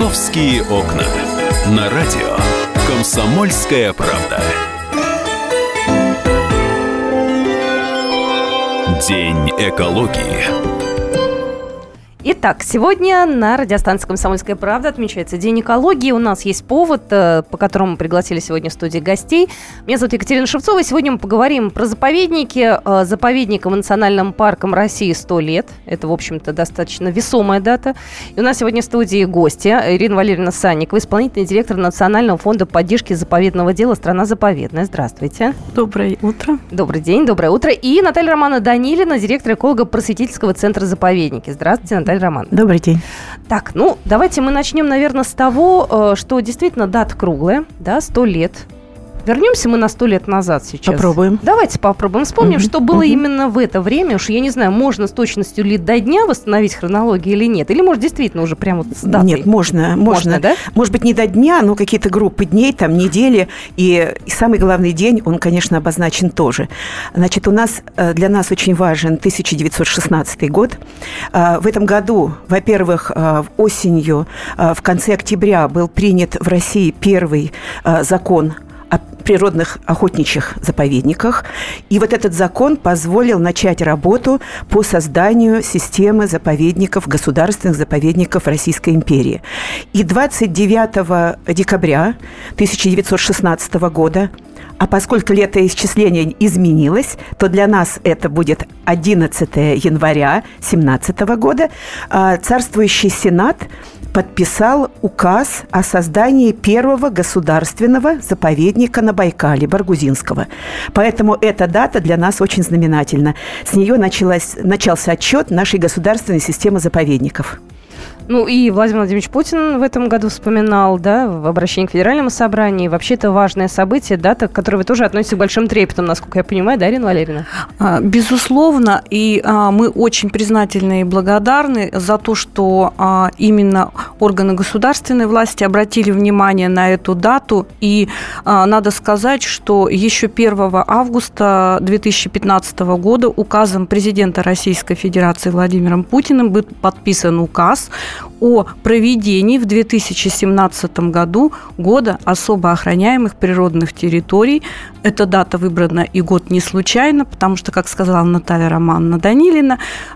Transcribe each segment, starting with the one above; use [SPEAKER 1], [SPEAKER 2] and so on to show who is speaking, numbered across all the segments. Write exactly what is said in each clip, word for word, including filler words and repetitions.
[SPEAKER 1] «Московские окна». На радио «Комсомольская правда». День экологии.
[SPEAKER 2] Итак, сегодня на радиостанции «Комсомольская правда» отмечается День экологии. У нас есть повод, по которому мы пригласили сегодня в студии гостей. Меня зовут Екатерина Шевцова, и сегодня мы поговорим про заповедники. Заповедникам и национальным паркам России сто лет. Это, в общем-то, достаточно весомая дата. И у нас сегодня в студии гости. Ирина Валерьевна Санникова, исполнительный директор Национального фонда поддержки заповедного дела «Страна заповедная». Здравствуйте.
[SPEAKER 3] Доброе утро.
[SPEAKER 2] Добрый день, доброе утро. И Наталья Романовна Данилина, директор эколого-просветительского центра «Заповедники». Здравствуйте, Наталья Роман.
[SPEAKER 3] Добрый день.
[SPEAKER 2] Так, ну, давайте мы начнем, наверное, с того, что действительно дата круглая, да, сто лет. Вернемся мы на сто лет назад сейчас.
[SPEAKER 3] Попробуем.
[SPEAKER 2] Давайте попробуем. Вспомним,
[SPEAKER 3] угу.
[SPEAKER 2] что было угу. именно в это время. Уж я не знаю, можно с точностью ли до дня восстановить хронологию или нет. Или, может, действительно уже прямо вот с датой?
[SPEAKER 3] Нет, можно. Можно, можно да? Может быть, не до дня, но какие-то группы дней, там, недели. И, и самый главный день, он, конечно, обозначен тоже. Значит, у нас, для нас очень важен тысяча девятьсот шестнадцатый год. В этом году, во-первых, осенью, в конце октября был принят в России первый закон о природных охотничьих заповедниках. И вот этот закон позволил начать работу по созданию системы заповедников, государственных заповедников Российской империи. И двадцать девятого декабря тысяча девятьсот шестнадцатого года, а поскольку летоисчисление изменилось, то для нас это будет одиннадцатого января две тысячи семнадцатого года, царствующий Сенат подписал указ о создании первого государственного заповедника на Байкале, Баргузинского. Поэтому эта дата для нас очень знаменательна. С нее началась, начался отчет нашей государственной системы заповедников.
[SPEAKER 2] Ну и Владимир Владимирович Путин в этом году вспоминал, да, в обращении к Федеральному собранию. Вообще это важное событие, дата, к которой вы тоже относитесь с большим трепетом, насколько я понимаю, да, Ирина Валерьевна?
[SPEAKER 3] Безусловно, и а, мы очень признательны и благодарны за то, что а, именно органы государственной власти обратили внимание на эту дату. И а, надо сказать, что еще первого августа две тысячи пятнадцатого года указом президента Российской Федерации Владимиром Путиным был подписан указ о проведении в две тысячи семнадцатом году года особо охраняемых природных территорий. Эта дата выбрана и год не случайно, потому что, как сказала Наталья Романовна Данилина,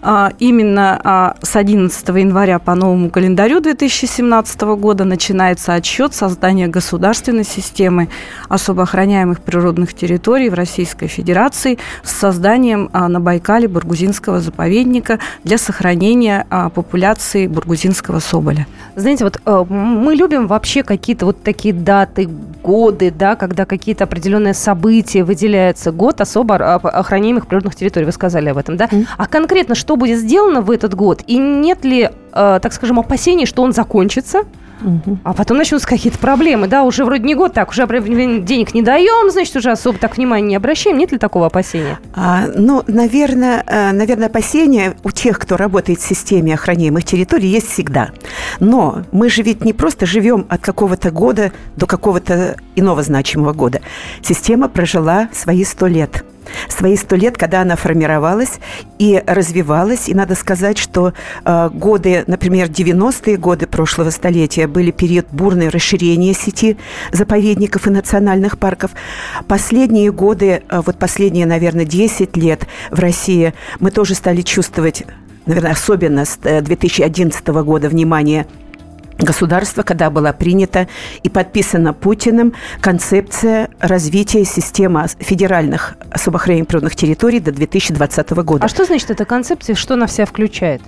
[SPEAKER 3] именно с одиннадцатого января по новому календарю две тысячи семнадцатого года начинается отсчет создания государственной системы особо охраняемых природных территорий в Российской Федерации с созданием на Байкале Баргузинского заповедника для сохранения популяции баргузинского соболя.
[SPEAKER 2] Знаете, вот мы любим вообще какие-то вот такие даты, годы, да, когда какие-то определенные события выделяются. Год особо охраняемых природных территорий, вы сказали об этом, да? Mm. А конкретно что будет сделано в этот год? И нет ли, так скажем, опасений, что он закончится? Угу. А потом начнутся какие-то проблемы, да, уже вроде не год, так, уже денег не даем, значит, уже особо так внимания не обращаем. Нет ли такого опасения?
[SPEAKER 4] А, ну, наверное, наверное, опасения у тех, кто работает в системе охраняемых территорий, есть всегда. Но мы же ведь не просто живем от какого-то года до какого-то иного значимого года. Система прожила свои сто лет. Свои сто лет, когда она формировалась и развивалась. И надо сказать, что э, годы, например, девяностые годы прошлого столетия были период бурного расширения сети заповедников и национальных парков. Последние годы, э, вот последние, наверное, десять лет в России мы тоже стали чувствовать, наверное, особенно с две тысячи одиннадцатого года внимание государства, когда была принята и подписана Путиным концепция развития системы федеральных особо охраняемых природных территорий до две тысячи двадцатого года.
[SPEAKER 2] А что значит эта концепция, что она в себя включает?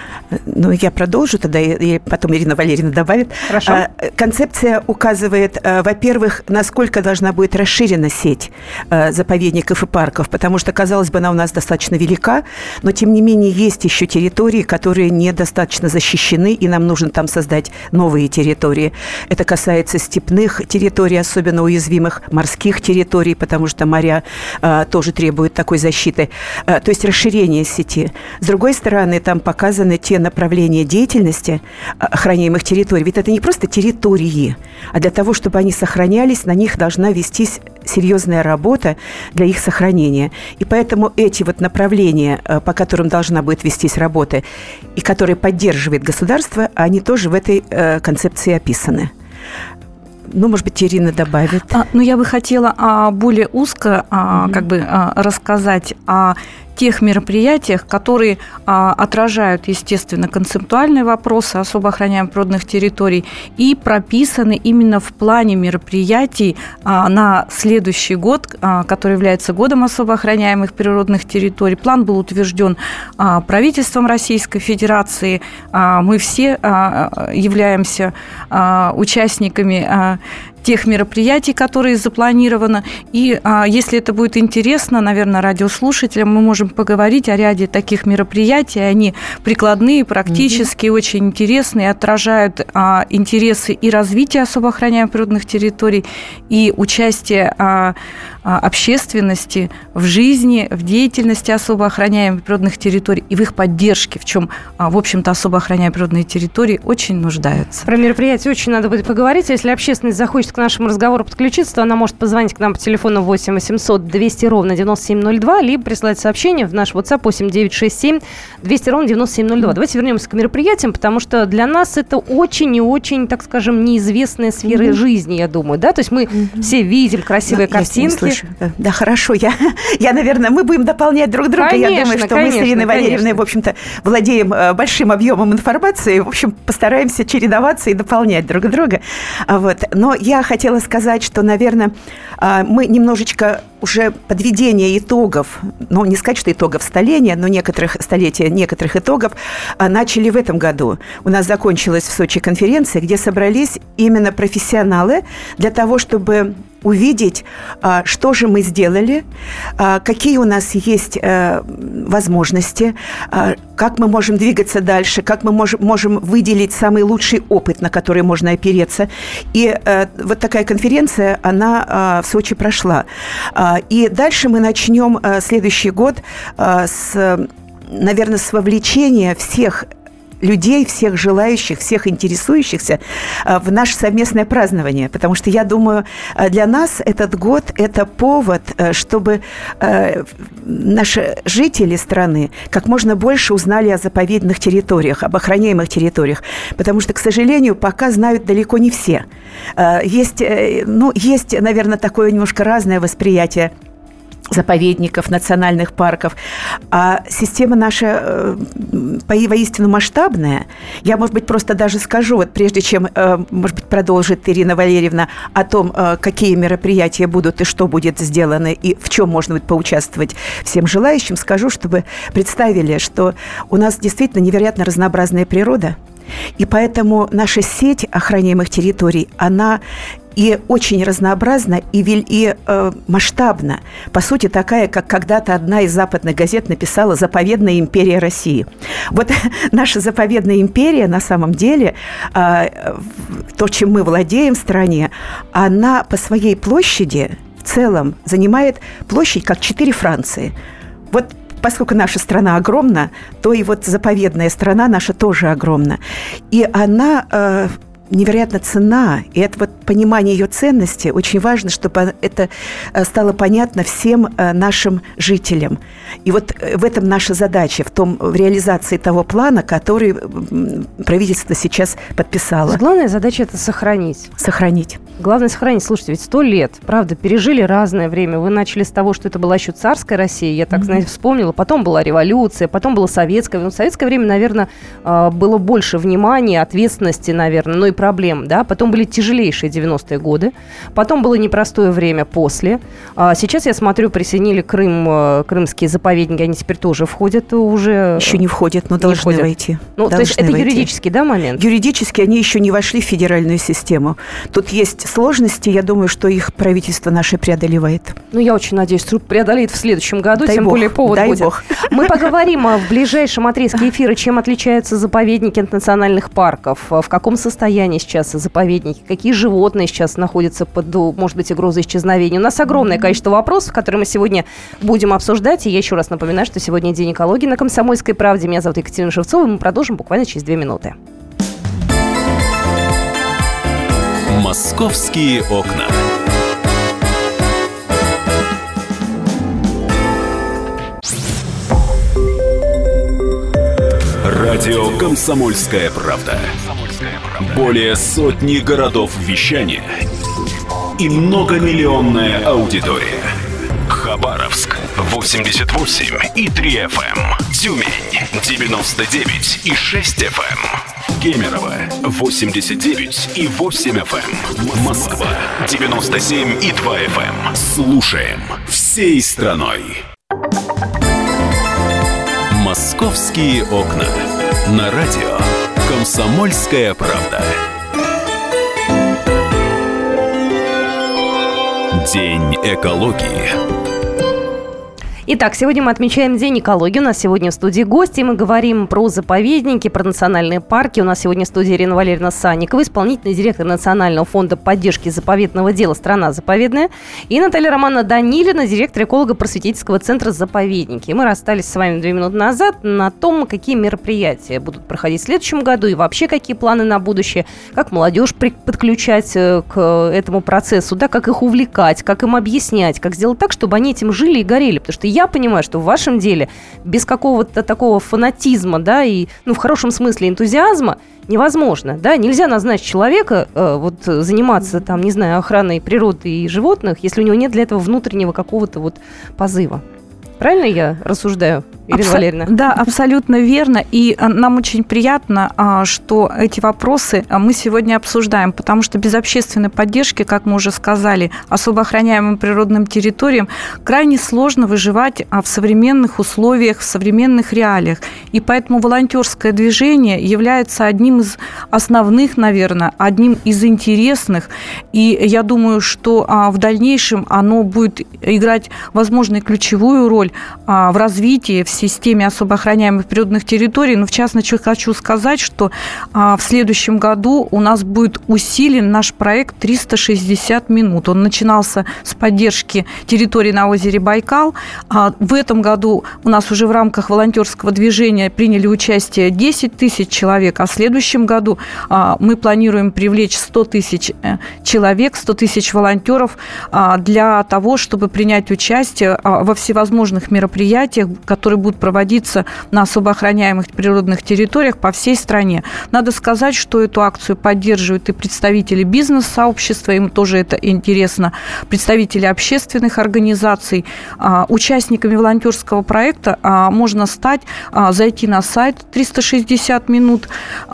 [SPEAKER 4] Ну, я продолжу тогда, и потом Ирина Валерьевна добавит.
[SPEAKER 2] Хорошо.
[SPEAKER 4] Концепция указывает, во-первых, насколько должна быть расширена сеть заповедников и парков, потому что, казалось бы, она у нас достаточно велика, но, тем не менее, есть еще территории, которые недостаточно защищены, и нам нужно там создать новые территории. Это касается степных территорий, особенно уязвимых, морских территорий, потому что моря тоже требуют такой защиты. То есть расширение сети. С другой стороны, там показано указаны те направления деятельности охраняемых территорий. Ведь это не просто территории, а для того, чтобы они сохранялись, на них должна вестись серьезная работа для их сохранения. И поэтому эти вот направления, по которым должна будет вестись работа, и которые поддерживает государство, они тоже в этой концепции описаны. Ну, может быть, Ирина добавит.
[SPEAKER 5] А, ну, я бы хотела а, более узко а, mm-hmm. как бы а, рассказать о тех мероприятиях, которые а, отражают, естественно, концептуальные вопросы особо охраняемых природных территорий и прописаны именно в плане мероприятий а, на следующий год, а, который является годом особо охраняемых природных территорий. План был утвержден а, правительством Российской Федерации. А, мы все а, являемся а, участниками а, тех мероприятий, которые запланированы. И а, если это будет интересно, наверное, радиослушателям, мы можем поговорить о ряде таких мероприятий. Они прикладные, практические, mm-hmm. очень интересные, отражают а, интересы и развития особо охраняемых природных территорий, и участие а, а, общественности в жизни, в деятельности особо охраняемых природных территорий и в их поддержке, в чем, а, в общем-то, особо охраняемые природные территории очень нуждаются.
[SPEAKER 2] Про мероприятие очень надо будет поговорить. Если общественность захочет к нашему разговору подключиться, то она может позвонить к нам по телефону восемь восемьсот двести ровно девяносто семь ноль два, либо прислать сообщение в наш WhatsApp восемь девятьсот шестьдесят семь двести ровно девяносто семь ноль два. Давайте вернемся к мероприятиям, потому что для нас это очень и очень, так скажем, неизвестная сфера mm-hmm. жизни, я думаю, да? То есть мы mm-hmm. все видим красивые
[SPEAKER 4] да,
[SPEAKER 2] картинки.
[SPEAKER 4] Да, да, хорошо. Я, я, наверное, мы будем дополнять друг друга.
[SPEAKER 2] Конечно,
[SPEAKER 4] я думаю, что
[SPEAKER 2] конечно,
[SPEAKER 4] мы с Ириной Валерьевной,
[SPEAKER 2] конечно.
[SPEAKER 4] в общем-то, владеем большим объемом информации. В общем, постараемся чередоваться и дополнять друг друга. Вот. Но я хотела сказать, что, наверное, мы немножечко уже подведение итогов, ну, не сказать, что итогов столетия, но некоторых столетия, некоторых итогов начали в этом году. У нас закончилась в Сочи конференция, где собрались именно профессионалы для того, чтобы увидеть, что же мы сделали, какие у нас есть возможности, как мы можем двигаться дальше, как мы можем, можем выделить самый лучший опыт, на который можно опереться. И вот такая конференция, она в Сочи прошла. И дальше мы начнем следующий год с, наверное, с вовлечения всех людей, всех желающих, всех интересующихся в наше совместное празднование. Потому что, я думаю, для нас этот год – это повод, чтобы наши жители страны как можно больше узнали о заповедных территориях, об охраняемых территориях. Потому что, к сожалению, пока знают далеко не все. Есть, ну, есть, наверное, такое немножко разное восприятие заповедников, национальных парков. А система наша воистину масштабная. Я, может быть, просто даже скажу, вот прежде чем, может быть, продолжит Ирина Валерьевна о том, какие мероприятия будут и что будет сделано, и в чем можно будет поучаствовать всем желающим, скажу, чтобы представили, что у нас действительно невероятно разнообразная природа, и поэтому наша сеть охраняемых территорий, она и очень разнообразна, и, и э, масштабна. По сути, такая, как когда-то одна из западных газет написала «Заповедная империя России». Вот наша заповедная империя, на самом деле, э, то, чем мы владеем в стране, она по своей площади в целом занимает площадь, как четыре Франции. Вот поскольку наша страна огромна, то и вот заповедная страна наша тоже огромна. И она э, невероятно ценна. И это вот понимание ее ценности очень важно, чтобы это стало понятно всем нашим жителям. И вот в этом наша задача, в том, в реализации того плана, который правительство сейчас подписало.
[SPEAKER 2] Главная задача – это сохранить.
[SPEAKER 4] Сохранить.
[SPEAKER 2] Главное сохранить. Слушайте, ведь сто лет, правда, пережили разное время. Вы начали с того, что это была еще царская Россия, я так, mm-hmm. знаете, вспомнила. Потом была революция, потом было советское. Ну, в советское время, наверное, было больше внимания, ответственности, наверное, но и проблем, да. Потом были тяжелейшие девяностые годы. Потом было непростое время после. Сейчас, я смотрю, присоединили Крым, крымские заповедники, они теперь тоже входят уже...
[SPEAKER 4] Еще не входят, но должны
[SPEAKER 2] входят.
[SPEAKER 4] войти.
[SPEAKER 2] Ну,
[SPEAKER 4] должны
[SPEAKER 2] то есть это
[SPEAKER 4] войти.
[SPEAKER 2] Юридический, да, момент?
[SPEAKER 4] Юридически они еще не вошли в федеральную систему. Тут есть сложности, я думаю, что их правительство наше преодолевает.
[SPEAKER 2] Ну, я очень надеюсь, что преодолеет в следующем году,
[SPEAKER 4] дай
[SPEAKER 2] тем
[SPEAKER 4] бог,
[SPEAKER 2] более повод
[SPEAKER 4] дай
[SPEAKER 2] будет.
[SPEAKER 4] Бог.
[SPEAKER 2] Мы поговорим в ближайшем отрезке эфира, чем отличаются заповедники от национальных парков, в каком состоянии состоянии сейчас заповедники, какие животные сейчас находятся под, может быть, угрозой исчезновения. У нас огромное количество вопросов, которые мы сегодня будем обсуждать. И я еще раз напоминаю, что сегодня День экологии на «Комсомольской правде». Меня зовут Екатерина Шевцова, и мы продолжим буквально через две минуты.
[SPEAKER 1] «Московские окна». Радио «Комсомольская правда». Более сотни городов вещания и многомиллионная аудитория. Хабаровск восемьдесят восемь и три эф эм, Тюмень девяносто девять и шесть эф эм, Кемерово восемьдесят девять и восемь эф эм, Москва девяносто семь и два эф эм. Слушаем всей страной. «Московские окна» на радио «Комсомольская правда». День экологии.
[SPEAKER 2] Итак, сегодня мы отмечаем День экологии. У нас сегодня в студии гости. Мы говорим про заповедники, про национальные парки. У нас сегодня в студии Ирина Валерьевна Санникова, исполнительный директор Национального фонда поддержки заповедного дела «Страна заповедная», и Наталья Романовна Данилина, директор эколого-просветительского центра «Заповедники». Мы расстались с вами две минуты назад на том, какие мероприятия будут проходить в следующем году и вообще какие планы на будущее, как молодежь подключать к этому процессу, да, как их увлекать, как им объяснять, как сделать так, чтобы они этим жили и горели. Потому что я понимаю, что в вашем деле без какого-то такого фанатизма, да, и, ну, в хорошем смысле энтузиазма невозможно, да, нельзя назначить человека э, вот заниматься, там, не знаю, охраной природы и животных, если у него нет для этого внутреннего какого-то вот позыва. Правильно я рассуждаю, Ирина Абсо- Валерьевна?
[SPEAKER 5] Да, абсолютно верно. И нам очень приятно, что эти вопросы мы сегодня обсуждаем, потому что без общественной поддержки, как мы уже сказали, особо охраняемым природным территориям крайне сложно выживать в современных условиях, в современных реалиях. И поэтому волонтерское движение является одним из основных, наверное, одним из интересных. И я думаю, что в дальнейшем оно будет играть, возможно, и ключевую роль в развитии, в системе особо охраняемых природных территорий. Но, в частности, хочу сказать, что в следующем году у нас будет усилен наш проект триста шестьдесят минут. Он начинался с поддержки территории на озере Байкал. В этом году у нас уже в рамках волонтерского движения приняли участие десять тысяч человек, а в следующем году мы планируем привлечь сто тысяч человек, сто тысяч волонтеров для того, чтобы принять участие во всевозможных мероприятиях, которые будут проводиться на особо охраняемых природных территориях по всей стране. Надо сказать, что эту акцию поддерживают и представители бизнес-сообщества, им тоже это интересно, представители общественных организаций. Участниками волонтерского проекта можно стать, зайти на сайт триста шестьдесят минут,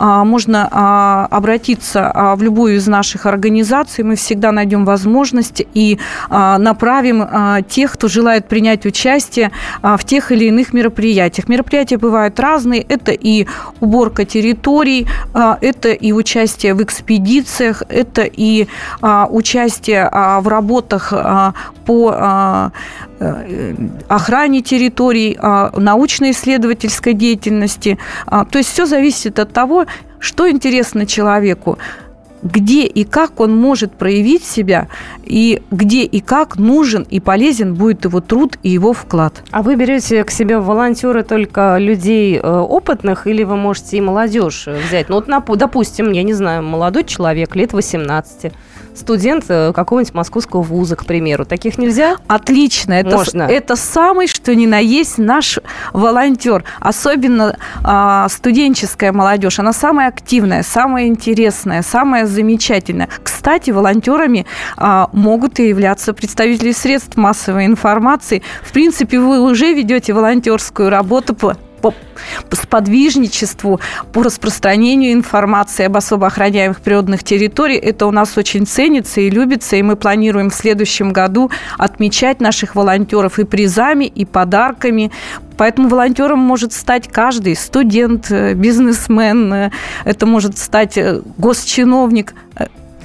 [SPEAKER 5] можно обратиться в любую из наших организаций, мы всегда найдем возможность и направим тех, кто желает принять участие в тех или иных мероприятиях. Мероприятия бывают разные. Это и уборка территорий, это и участие в экспедициях, это и участие в работах по охране территорий, научно-исследовательской деятельности. То есть все зависит от того, что интересно человеку, где и как он может проявить себя, и где и как нужен и полезен будет его труд и его вклад.
[SPEAKER 2] А вы берете к себе в волонтеры только людей э, опытных, или вы можете и молодежь взять? Ну, вот, допустим, я не знаю, молодой человек, лет восемнадцати, студент какого-нибудь московского вуза, к примеру. Таких нельзя?
[SPEAKER 5] Отлично. Это,
[SPEAKER 2] Можно.
[SPEAKER 5] Это самый, что ни на есть, наш волонтер. Особенно а, студенческая молодежь. Она самая активная, самая интересная, самая замечательная. Кстати, волонтерами а, могут и являться представители средств массовой информации. В принципе, вы уже ведете волонтерскую работу по по сподвижничеству, по распространению информации об особо охраняемых природных территориях. Это у нас очень ценится и любится, и мы планируем в следующем году отмечать наших волонтеров и призами, и подарками. Поэтому волонтером может стать каждый студент, бизнесмен, это может стать госчиновник.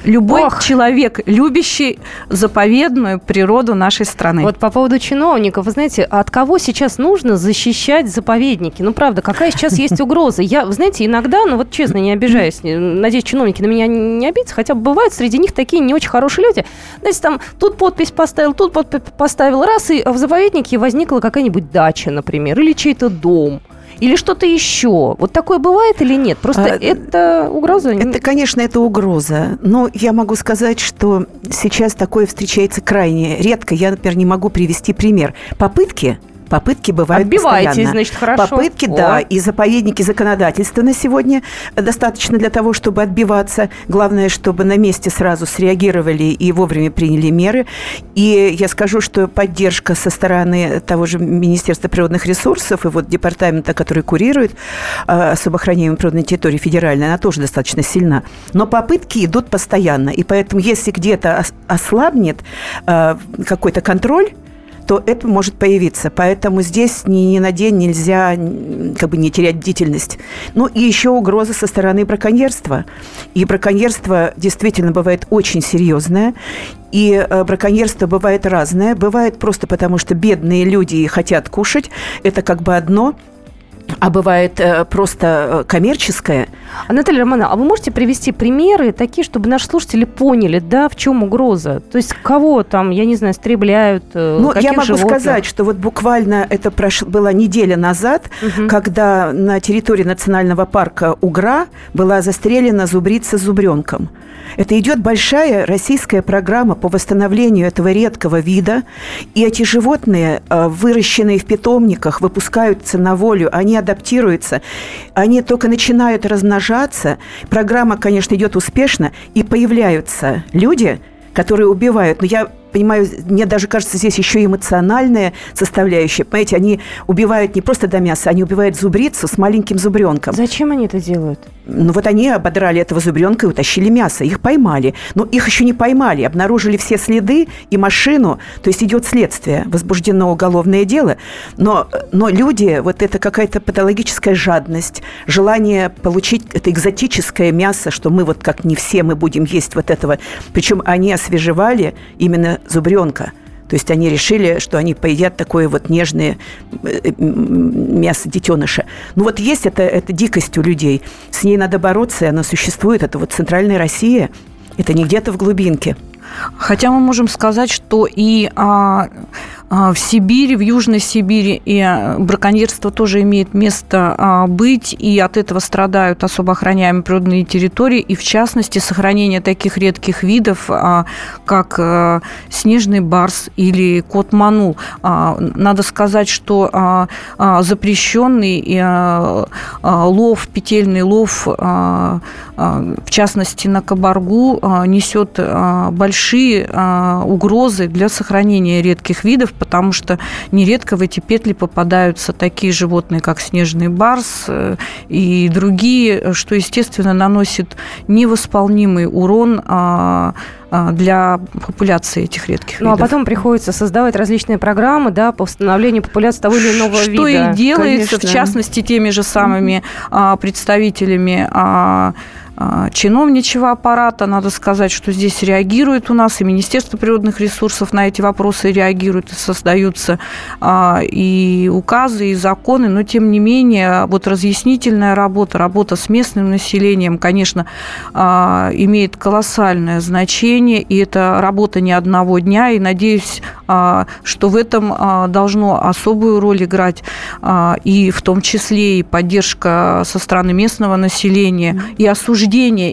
[SPEAKER 5] любой
[SPEAKER 2] Ох.
[SPEAKER 5] человек, любящий заповедную природу нашей страны.
[SPEAKER 2] Вот по поводу чиновников, вы знаете, от кого сейчас нужно защищать заповедники? Ну, правда, какая сейчас есть угроза? Я, вы знаете, иногда, ну вот честно, не обижаюсь, надеюсь, чиновники на меня не обидятся, хотя бы бывают среди них такие не очень хорошие люди. Знаете, там тут подпись поставил, тут подпись поставил, раз, и в заповеднике возникла какая-нибудь дача, например, или чей-то дом. Или что-то еще. Вот такое бывает или нет? Просто а, это угроза?
[SPEAKER 3] Это, конечно, это угроза. Но я могу сказать, что сейчас такое встречается крайне редко. Я, например, не могу привести пример. Попытки... Попытки бывают
[SPEAKER 2] Отбиваетесь,
[SPEAKER 3] постоянно.
[SPEAKER 2] Значит, хорошо.
[SPEAKER 3] Попытки,
[SPEAKER 2] О.
[SPEAKER 3] да, и заповедники законодательства на сегодня достаточно для того, чтобы отбиваться. Главное, чтобы на месте сразу среагировали и вовремя приняли меры. И я скажу, что поддержка со стороны того же Министерства природных ресурсов и вот департамента, который курирует особо охраняемые природные территории федеральной, она тоже достаточно сильна. Но попытки идут постоянно. И поэтому, если где-то ослабнет какой-то контроль, то это может появиться. Поэтому здесь ни, ни на день нельзя как бы не терять бдительность. Ну и еще угроза со стороны браконьерства. И браконьерство действительно бывает очень серьезное. И браконьерство бывает разное. Бывает просто потому, что бедные люди хотят кушать. Это как бы одно. А бывает э, просто коммерческое.
[SPEAKER 2] А, Наталья Романовна, а вы можете привести примеры такие, чтобы наши слушатели поняли, да, в чем угроза? То есть кого там, я не знаю, истребляют, э,
[SPEAKER 3] ну,
[SPEAKER 2] каких
[SPEAKER 3] я могу
[SPEAKER 2] животных?
[SPEAKER 3] сказать, что вот буквально это прош... была неделя назад, угу. когда на территории национального парка Угра была застрелена зубрица с зубренком. Это идет большая российская программа по восстановлению этого редкого вида. И эти животные, выращенные в питомниках, выпускаются на волю, они адаптируются, они только начинают размножаться. Программа, конечно, идет успешно, и появляются люди, которые убивают. Но я понимаю, мне даже кажется, здесь еще и эмоциональная составляющая. Понимаете, они убивают не просто до мяса, они убивают зубрицу с маленьким зубренком.
[SPEAKER 2] Зачем они это делают?
[SPEAKER 3] Ну вот они ободрали этого зубренка и утащили мясо. Их поймали. Но их еще не поймали. Обнаружили все следы и машину. То есть идет следствие. Возбуждено уголовное дело. Но, но люди, вот это какая-то патологическая жадность, желание получить это экзотическое мясо, что мы вот как не все мы будем есть вот этого. Причем они освежевали именно зубренка. То есть они решили, что они поедят такое вот нежное мясо детеныша. Ну вот есть это, это дикость у людей. С ней надо бороться, и она существует. Это вот центральная Россия. Это не где-то в глубинке.
[SPEAKER 5] Хотя мы можем сказать, что и а, а, в Сибири, в Южной Сибири и браконьерство тоже имеет место а, быть, и от этого страдают особо охраняемые природные территории, и в частности сохранение таких редких видов, а, как а, снежный барс или кот-манул. А, надо сказать, что а, а, запрещенный а, а, лов, петельный лов, а, а, в частности на Кабаргу, а, несет а, большие большие а, угрозы для сохранения редких видов, потому что нередко в эти петли попадаются такие животные, как снежный барс э, и другие, что, естественно, наносит невосполнимый урон а, а, для популяции этих редких
[SPEAKER 2] ну,
[SPEAKER 5] видов.
[SPEAKER 2] Ну, а потом приходится создавать различные программы, да, по восстановлению популяции того или иного
[SPEAKER 5] что
[SPEAKER 2] вида.
[SPEAKER 5] Что и делается,
[SPEAKER 2] Конечно.
[SPEAKER 5] В частности, теми же самыми mm-hmm. а, представителями а, чиновничьего аппарата. Надо сказать, что здесь реагирует у нас и Министерство природных ресурсов на эти вопросы реагирует, и создаются а, и указы, и законы, но тем не менее вот разъяснительная работа, работа с местным населением, конечно, а, имеет колоссальное значение, и это работа не одного дня, и надеюсь, а, что в этом а, должно особую роль играть а, и в том числе и поддержка со стороны местного населения, mm-hmm. и осуждение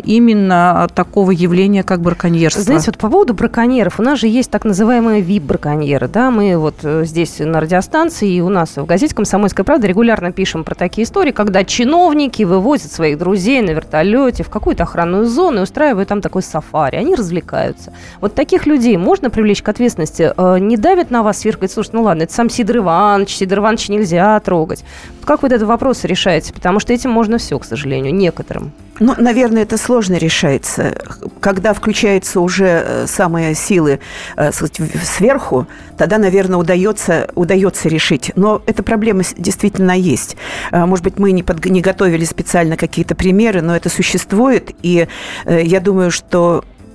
[SPEAKER 5] именно такого явления, как браконьерство.
[SPEAKER 2] Знаете, вот по поводу браконьеров, у нас же есть так называемые ви ай пи-браконьеры, да, мы вот здесь на радиостанции и у нас в газете «Комсомольская правда» регулярно пишем про такие истории, когда чиновники вывозят своих друзей на вертолете в какую-то охранную зону и устраивают там такой сафари, они развлекаются. Вот таких людей можно привлечь к ответственности? Не давят на вас сверху, говорят, слушай, ну ладно, это сам Сидор Иванович, Сидор Ивановича нельзя трогать. Как вы этот вопрос решаете? Потому что этим можно все, к сожалению, некоторым.
[SPEAKER 3] Ну, наверное, это сложно решается. Когда включаются уже самые силы сказать, сверху, тогда, наверное, удается, удается решить. Но эта проблема действительно есть. Может быть, мы не, под, не готовили специально какие-то примеры, но это существует. И я думаю, что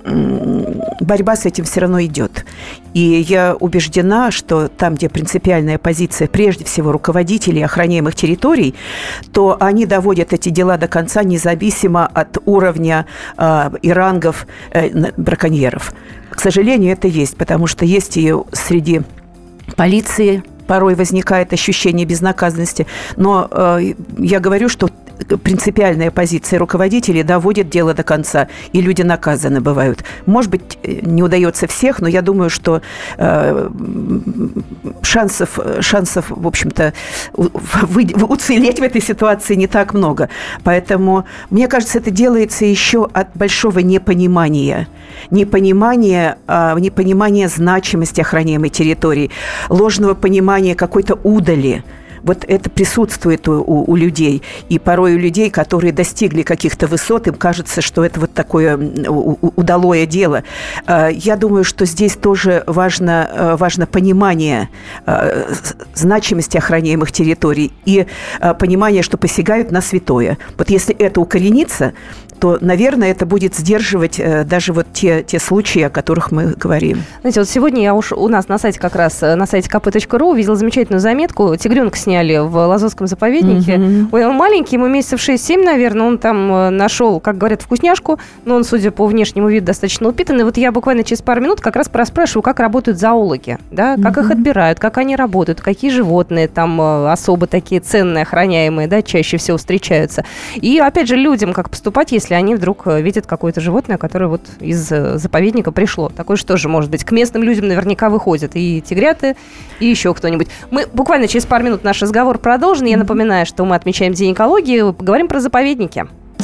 [SPEAKER 3] борьба с этим все равно идет. И я убеждена, что там, где принципиальная позиция, прежде всего, руководителей охраняемых территорий, то они доводят эти дела до конца независимо от уровня э, и рангов э, браконьеров. К сожалению, это есть, потому что есть и среди полиции порой возникает ощущение безнаказанности. Но э, я говорю, что принципиальная позиция руководителей доводит дело до конца, и люди наказаны бывают. Может быть, не удается всех, но я думаю, что э, шансов, шансов, в общем-то, вы, уцелеть в этой ситуации не так много. Поэтому, мне кажется, это делается еще от большого непонимания. Непонимания, э, непонимания значимости охраняемой территории, ложного понимания какой-то удали. Вот это присутствует у, у, у людей. И порой у людей, которые достигли каких-то высот, им кажется, что это вот такое удалое дело. Я думаю, что здесь тоже важно, важно понимание значимости охраняемых территорий и понимание, что посягают на святое. Вот если это укоренится, то, наверное, это будет сдерживать э, даже вот те, те случаи, о которых мы говорим.
[SPEAKER 2] Знаете, вот сегодня я уж у нас на сайте как раз, на сайте ка пэ точка ру увидела замечательную заметку. Тигренка сняли в Лазовском заповеднике. Mm-hmm. Ой, он маленький, ему месяцев шесть-семь, наверное, он там нашел, как говорят, вкусняшку, но он, судя по внешнему виду, достаточно упитанный. Вот я буквально через пару минут как раз проспрашиваю, как работают зоологи, да, как mm-hmm. их отбирают, как они работают, какие животные там особо такие ценные, охраняемые, да, чаще всего встречаются. И, опять же, людям как поступать, если они вдруг видят какое-то животное, которое вот из заповедника пришло. Такое же тоже может быть. К местным людям наверняка выходят и тигряты, и еще кто-нибудь. Мы буквально через пару минут наш разговор продолжим. Я напоминаю, что мы отмечаем День экологии. Поговорим про заповедники.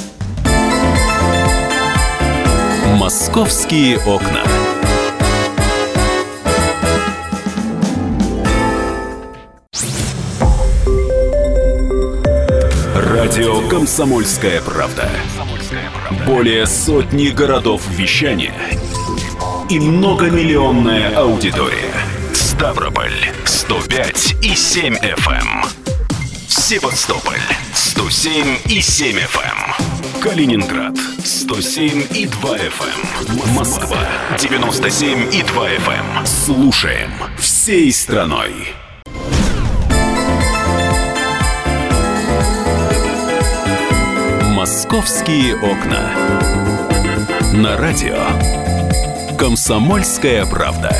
[SPEAKER 1] Московские окна. Радио «Комсомольская правда». Более сотни городов вещания и многомиллионная аудитория. Ставрополь сто пять и семь эф эм. Севастополь сто семь и семь эф эм. Калининград сто семь и два эф эм. Москва девяносто семь и два эф эм. Слушаем всей страной. «Московские окна». На радио «Комсомольская правда».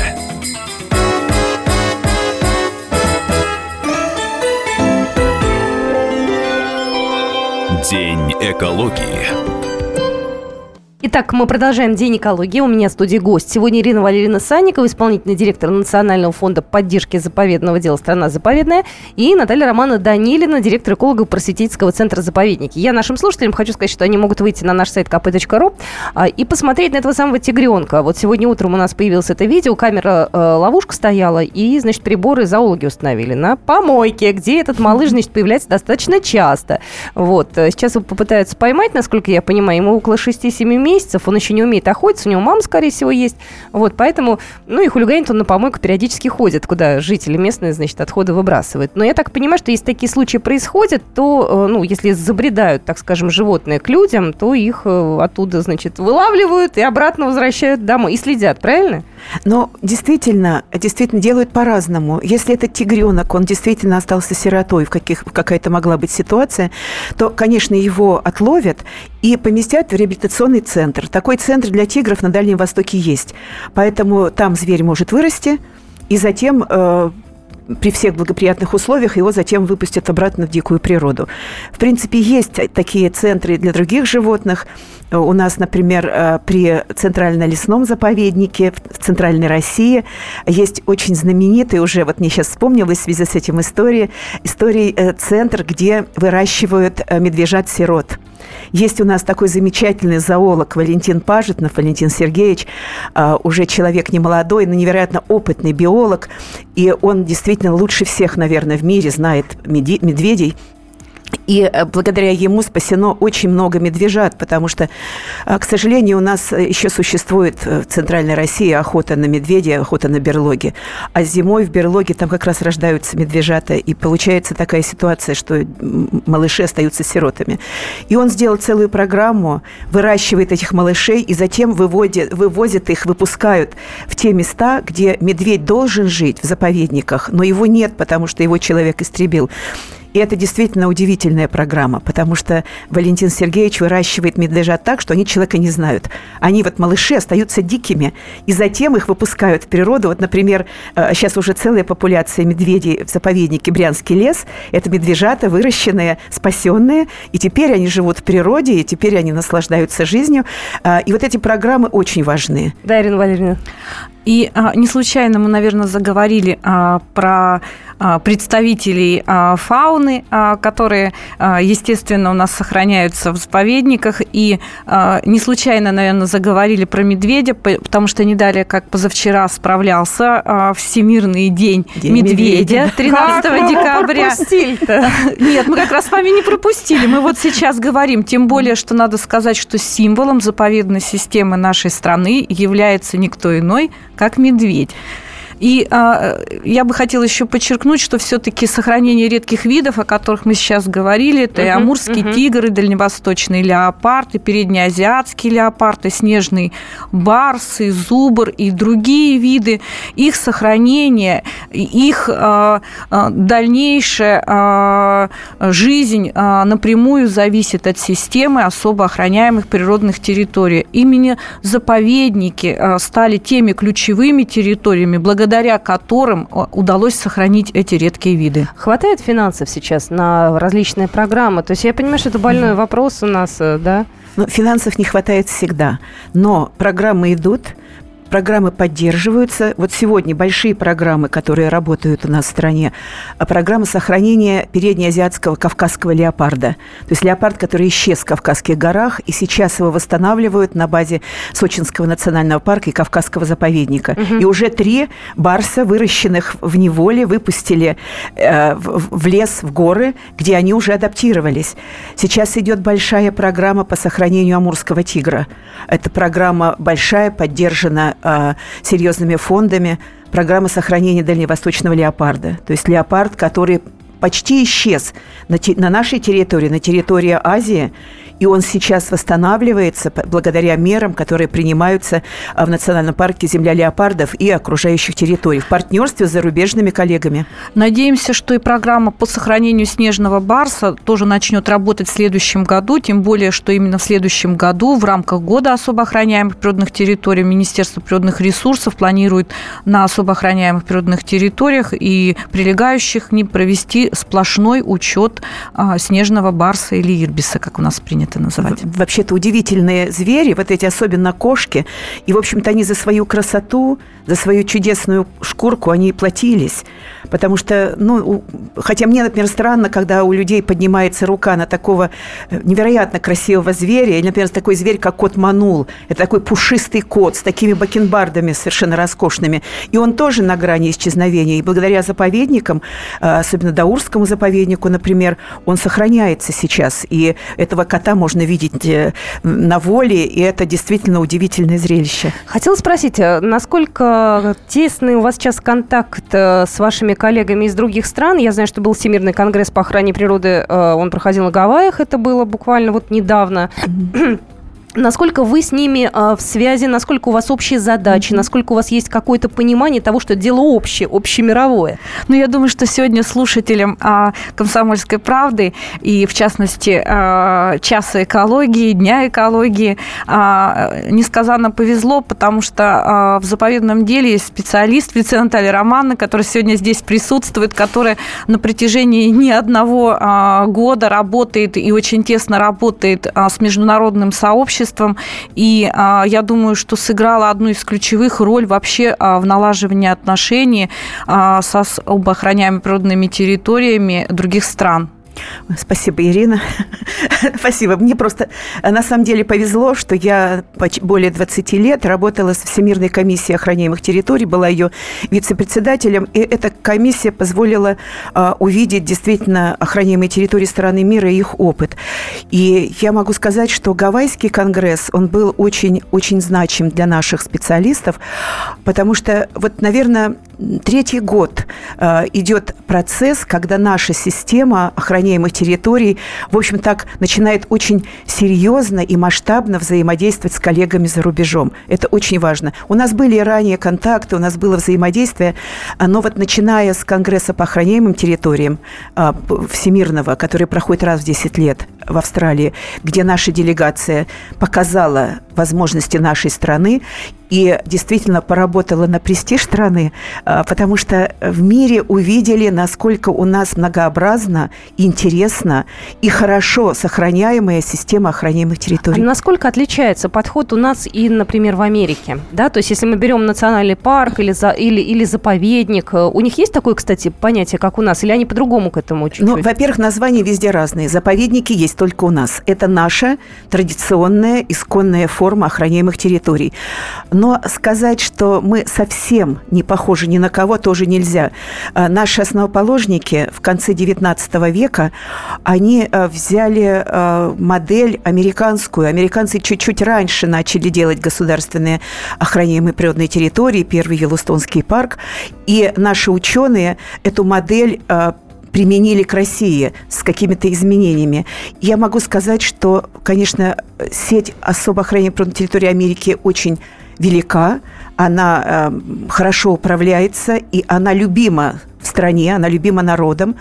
[SPEAKER 1] День экологии.
[SPEAKER 2] Итак, мы продолжаем День экологии. У меня в студии гость. Сегодня Ирина Валерьевна Санникова, исполнительный директор Национального фонда поддержки заповедного дела «Страна заповедная», и Наталья Романовна Данилина, директор эколого-просветительского центра «Заповедники». Я нашим слушателям хочу сказать, что они могут выйти на наш сайт ка пэ точка ру а, и посмотреть на этого самого тигренка. Вот сегодня утром у нас появилось это видео, камера э, ловушка стояла, и, значит, приборы зоологи установили на помойке, где этот малыш, значит, появляется достаточно часто. Вот. Сейчас его попытаются поймать, насколько я понимаю, ему около шести-семи месяцев. Он еще не умеет охотиться, у него мама, скорее всего, есть. Вот, поэтому, ну, и хулиганит он на помойку периодически ходит, куда жители местные, значит, отходы выбрасывают. Но я так понимаю, что если такие случаи происходят, то, ну, если забредают, так скажем, животные к людям, то их оттуда, значит, вылавливают и обратно возвращают домой. И следят, правильно?
[SPEAKER 3] Но действительно, действительно делают по-разному. Если этот тигренок, он действительно остался сиротой, в каких, какая-то могла быть ситуация, то, конечно, его отловят и поместят в реабилитационный центр. Такой центр для тигров на Дальнем Востоке есть. Поэтому там зверь может вырасти, и затем э, при всех благоприятных условиях его затем выпустят обратно в дикую природу. В принципе, есть такие центры для других животных. У нас, например, при Центрально-лесном заповеднике в Центральной России есть очень знаменитый, уже вот мне сейчас вспомнилась в связи с этим история, история центр, где выращивают медвежат-сирот. Есть у нас такой замечательный зоолог Валентин Пажетнов, Валентин Сергеевич, уже человек не молодой, но невероятно опытный биолог, и он действительно лучше всех, наверное, в мире знает медведей. И благодаря ему спасено очень много медвежат, потому что, к сожалению, у нас еще существует в Центральной России охота на медведя, охота на берлоги. А зимой в берлоге там как раз рождаются медвежата, и получается такая ситуация, что малыши остаются сиротами. И он сделал целую программу, выращивает этих малышей, и затем выводит, вывозит их, выпускают в те места, где медведь должен жить, в заповедниках, но его нет, потому что его человек истребил. И это действительно удивительная программа, потому что Валентин Сергеевич выращивает медвежат так, что они человека не знают. Они, вот малыши, остаются дикими, и затем их выпускают в природу. Вот, например, сейчас уже целая популяция медведей в заповеднике Брянский лес. Это медвежата, выращенные, спасенные, и теперь они живут в природе, и теперь они наслаждаются жизнью. И вот эти программы очень важны.
[SPEAKER 2] Да, Ирина Валерьевна.
[SPEAKER 5] И а, не случайно мы, наверное, заговорили а, про а, представителей а, фауны, а, которые, а, естественно, у нас сохраняются в заповедниках. И а, не случайно, наверное, заговорили про медведя, потому что не далее, как позавчера справлялся а, Всемирный день, день медведя, тринадцатого декабря.
[SPEAKER 2] Пропустили-то?
[SPEAKER 5] Нет, мы как раз с вами не пропустили. Мы вот сейчас говорим, тем более, что надо сказать, что символом заповедной системы нашей страны является никто иной, как медведь. И а, я бы хотела еще подчеркнуть, что все-таки сохранение редких видов, о которых мы сейчас говорили, это uh-huh, и амурский uh-huh. тигр, и дальневосточный леопард, и переднеазиатский леопард, и снежный барс, и зубр, и другие виды, их сохранение, их а, а, дальнейшая а, жизнь а, напрямую зависит от системы особо охраняемых природных территорий. Именно заповедники а, стали теми ключевыми территориями, благодаря благодаря которым удалось сохранить эти редкие виды.
[SPEAKER 2] Хватает финансов сейчас на различные программы? То есть я понимаю, что это больной mm-hmm. вопрос у нас, да?
[SPEAKER 3] Ну, финансов не хватает всегда, но программы идут, программы поддерживаются. Вот сегодня большие программы, которые работают у нас в стране, программа сохранения переднеазиатского кавказского леопарда. То есть леопард, который исчез в Кавказских горах, и сейчас его восстанавливают на базе Сочинского национального парка и Кавказского заповедника. Угу. И уже три барса, выращенных в неволе, выпустили э, в, в лес, в горы, где они уже адаптировались. Сейчас идет большая программа по сохранению амурского тигра. Эта программа большая, поддержана серьезными фондами, программа сохранения дальневосточного леопарда. То есть леопард, который почти исчез на, те, на нашей территории, на территории Азии, и он сейчас восстанавливается благодаря мерам, которые принимаются в Национальном парке «Земля леопардов» и окружающих территорий в партнерстве с зарубежными коллегами.
[SPEAKER 5] Надеемся, что и программа по сохранению снежного барса тоже начнет работать в следующем году, тем более, что именно в следующем году в рамках года особо охраняемых природных территорий Министерство природных ресурсов планирует на особо охраняемых природных территориях и прилегающих к ним провести сплошной учет а, снежного барса или ирбиса, как у нас принято это называть.
[SPEAKER 3] Вообще-то удивительные звери, вот эти особенно кошки, и, в общем-то, они за свою красоту, за свою чудесную шкурку они и платились. Потому что, ну, хотя мне, например, странно, когда у людей поднимается рука на такого невероятно красивого зверя, или, например, такой зверь, как кот Манул. Это такой пушистый кот с такими бакенбардами совершенно роскошными. И он тоже на грани исчезновения. И благодаря заповедникам, особенно Даурскому заповеднику, например, он сохраняется сейчас. И этого кота можно видеть на воле, и это действительно удивительное зрелище.
[SPEAKER 2] Хотела спросить, насколько тесный у вас сейчас контакт с вашими коллегами из других стран? Я знаю, что был Всемирный конгресс по охране природы, он проходил на Гавайях, это было буквально вот недавно. Насколько вы с ними а, в связи, насколько у вас общие задачи, mm-hmm. насколько у вас есть какое-то понимание того, что дело общее, общемировое?
[SPEAKER 5] Ну, я думаю, что сегодня слушателям а, «Комсомольской правды» и, в частности, а, «Часа экологии», «Дня экологии» а, несказанно повезло, потому что а, в заповедном деле есть специалист, вице-адмирал Наталья Романовна, которая сегодня здесь присутствует, которая на протяжении не одного а, года работает и очень тесно работает а, с международным сообществом. И а, я думаю, что сыграла одну из ключевых роль вообще а, в налаживании отношений а, со особо охраняемыми природными территориями других стран.
[SPEAKER 3] Спасибо, Ирина. Спасибо. Мне просто на самом деле повезло, что я более двадцати лет работала с Всемирной комиссией охраняемых территорий, была ее вице-председателем, и эта комиссия позволила а, увидеть действительно охраняемые территории страны мира и их опыт. И я могу сказать, что Гавайский конгресс, он был очень-очень значим для наших специалистов, потому что, вот, наверное, третий год а, идет процесс, когда наша система охраняемых территорий, в общем, так начинает очень серьезно и масштабно взаимодействовать с коллегами за рубежом. Это очень важно. У нас были ранее контакты, у нас было взаимодействие, но вот начиная с Конгресса по охраняемым территориям Всемирного, который проходит раз в десять лет в Австралии, где наша делегация показала возможности нашей страны и действительно поработала на престиж страны, потому что в мире увидели, насколько у нас многообразна, интересна и хорошо сохраняемая система охраняемых территорий.
[SPEAKER 2] А насколько отличается подход у нас и, например, в Америке? Да? То есть, если мы берем национальный парк или, за, или, или заповедник, у них есть такое, кстати, понятие, как у нас, или они по-другому к этому чуть-чуть?
[SPEAKER 3] Ну, во-первых, названия везде разные. Заповедники есть только у нас. Это наша традиционная, исконная форма охраняемых территорий. Но сказать, что мы совсем не похожи ни на кого, тоже нельзя. Наши основоположники в конце девятнадцатого века, они взяли модель американскую. Американцы чуть-чуть раньше начали делать государственные охраняемые природные территории, первый Йеллоустонский парк, и наши ученые эту модель применили к России с какими-то изменениями. Я могу сказать, что, конечно, сеть особо охраняемых природных территорий Америки очень велика, она э, хорошо управляется, и она любима в стране, она любима народом.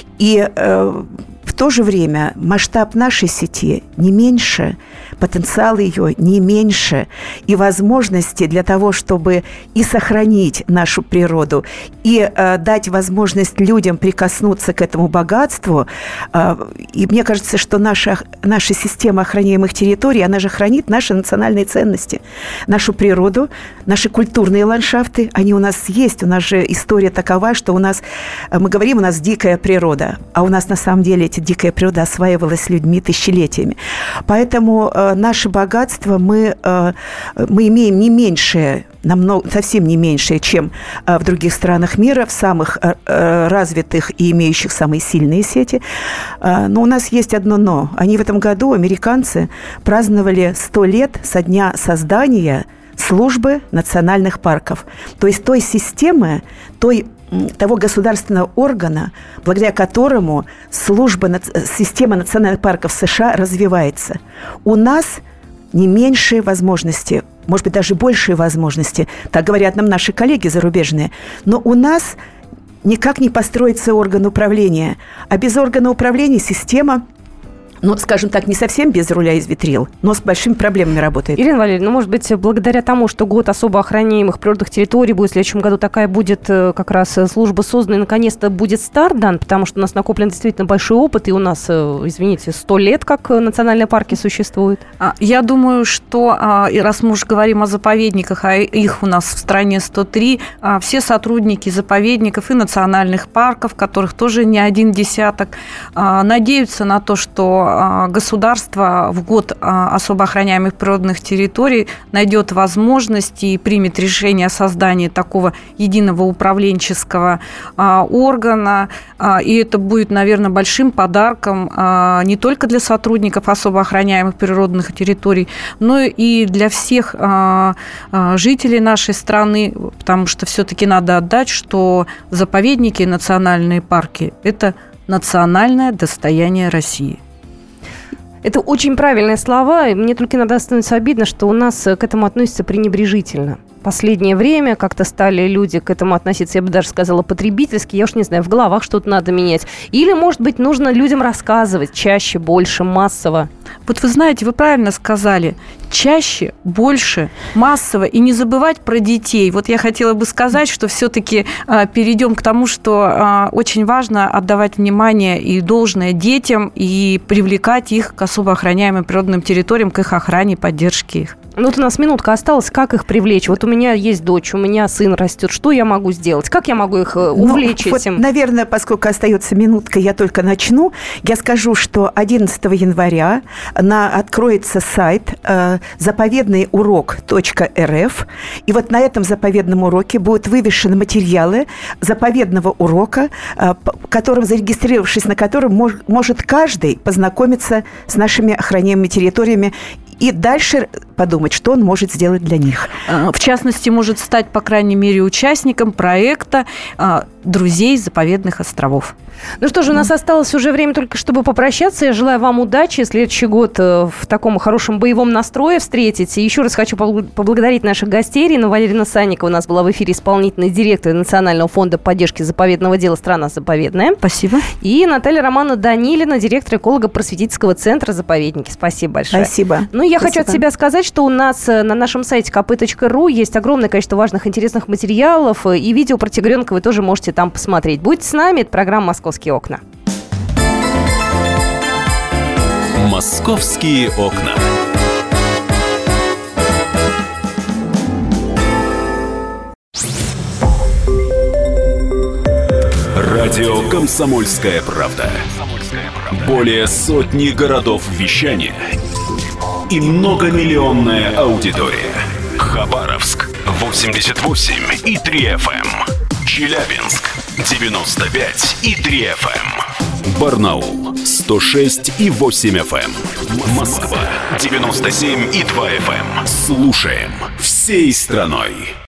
[SPEAKER 3] И э, в то же время масштаб нашей сети не меньше, потенциал ее не меньше, и возможности для того, чтобы и сохранить нашу природу, и э, дать возможность людям прикоснуться к этому богатству. Э, и мне кажется, что наша, наша система охраняемых территорий, она же хранит наши национальные ценности, нашу природу, наши культурные ландшафты, они у нас есть. У нас же история такова, что у нас, мы говорим, у нас дикая природа, а у нас на самом деле эта дикая природа осваивалась людьми тысячелетиями. Поэтому э, наше богатство мы, э, мы имеем не меньшее, намного, совсем не меньшее, чем э, в других странах мира, в самых э, развитых и имеющих самые сильные сети. Э, но у нас есть одно «но». Они в этом году, американцы, праздновали сто лет со дня создания службы национальных парков. То есть той системы, той того государственного органа, благодаря которому служба, система национальных парков США развивается. У нас не меньшие возможности, может быть, даже большие возможности, так говорят нам наши коллеги зарубежные, но у нас никак не построится орган управления, а без органа управления система, ну, скажем так, не совсем без руля из ветрил, но с большими проблемами работает.
[SPEAKER 2] Ирина Валерьевна, ну, может быть, благодаря тому, что год особо охраняемых природных территорий будет в следующем году, такая будет как раз служба создана, и наконец-то будет старт дан, потому что у нас накоплен действительно большой опыт, и у нас, извините, сто лет, как национальные парки существуют.
[SPEAKER 5] Я думаю, что, раз мы уже говорим о заповедниках, а их у нас в стране сто три, все сотрудники заповедников и национальных парков, которых тоже не один десяток, надеются на то, что государство в год особо охраняемых природных территорий найдет возможность и примет решение о создании такого единого управленческого органа. И это будет, наверное, большим подарком не только для сотрудников особо охраняемых природных территорий, но и для всех жителей нашей страны, потому что все-таки надо отдать, что заповедники и национальные парки – это национальное достояние России.
[SPEAKER 2] Это очень правильные слова, и мне только иногда становится обидно, что у нас к этому относятся пренебрежительно. Последнее время как-то стали люди к этому относиться, я бы даже сказала, потребительски. Я уж не знаю, в головах что-то надо менять. Или, может быть, нужно людям рассказывать чаще, больше, массово.
[SPEAKER 5] Вот вы знаете, вы правильно сказали. Чаще, больше, массово. И не забывать про детей. Вот я хотела бы сказать, что все-таки э, перейдем к тому, что э, очень важно отдавать внимание и должное детям и привлекать их к особо охраняемым природным территориям, к их охране и поддержке их.
[SPEAKER 2] Ну, вот у нас минутка осталась. Как их привлечь? Вот у меня есть дочь, у меня сын растет. Что я могу сделать? Как я могу их увлечь
[SPEAKER 3] ну,
[SPEAKER 2] этим?
[SPEAKER 3] Вот, наверное, поскольку остается минутка, я только начну. Я скажу, что одиннадцатого января на, откроется сайт э, заповедный урок точка эр эф. И вот на этом заповедном уроке будут вывешены материалы заповедного урока, э, которым, зарегистрировавшись на котором, мож, может каждый познакомиться с нашими охраняемыми территориями и дальше подумать, что он может сделать для них.
[SPEAKER 5] В частности, может стать, по крайней мере, участником проекта «Друзей заповедных островов».
[SPEAKER 2] Ну что же, у нас осталось уже время только, чтобы попрощаться. Я желаю вам удачи, следующий год в таком хорошем боевом настрое встретить. И еще раз хочу поблагодарить наших гостей. Ирина Валерьевна Санникова у нас была в эфире, исполнительный директор Национального фонда поддержки заповедного дела «Страна заповедная».
[SPEAKER 5] Спасибо.
[SPEAKER 2] И Наталья Романовна Данилина, директор эколого-просветительского центра «Заповедники». Спасибо большое.
[SPEAKER 3] Спасибо.
[SPEAKER 2] Ну, я
[SPEAKER 3] Спасибо.
[SPEAKER 2] хочу от себя сказать, что у нас на нашем сайте ка пэ точка ру есть огромное количество важных, интересных материалов. И видео про тигренка вы тоже можете там посмотреть. Будьте с нами. Это программа «Московские окна».
[SPEAKER 1] «Московские окна». Радио «Комсомольская правда». Более сотни городов вещания и многомиллионная аудитория. Хабаровск восемьдесят восемь и три эф эм. Челябинск девяносто пять и три эф эм. Барнаул сто шесть и восемь эф эм. Москва девяносто семь и два эф эм. Слушаем всей страной.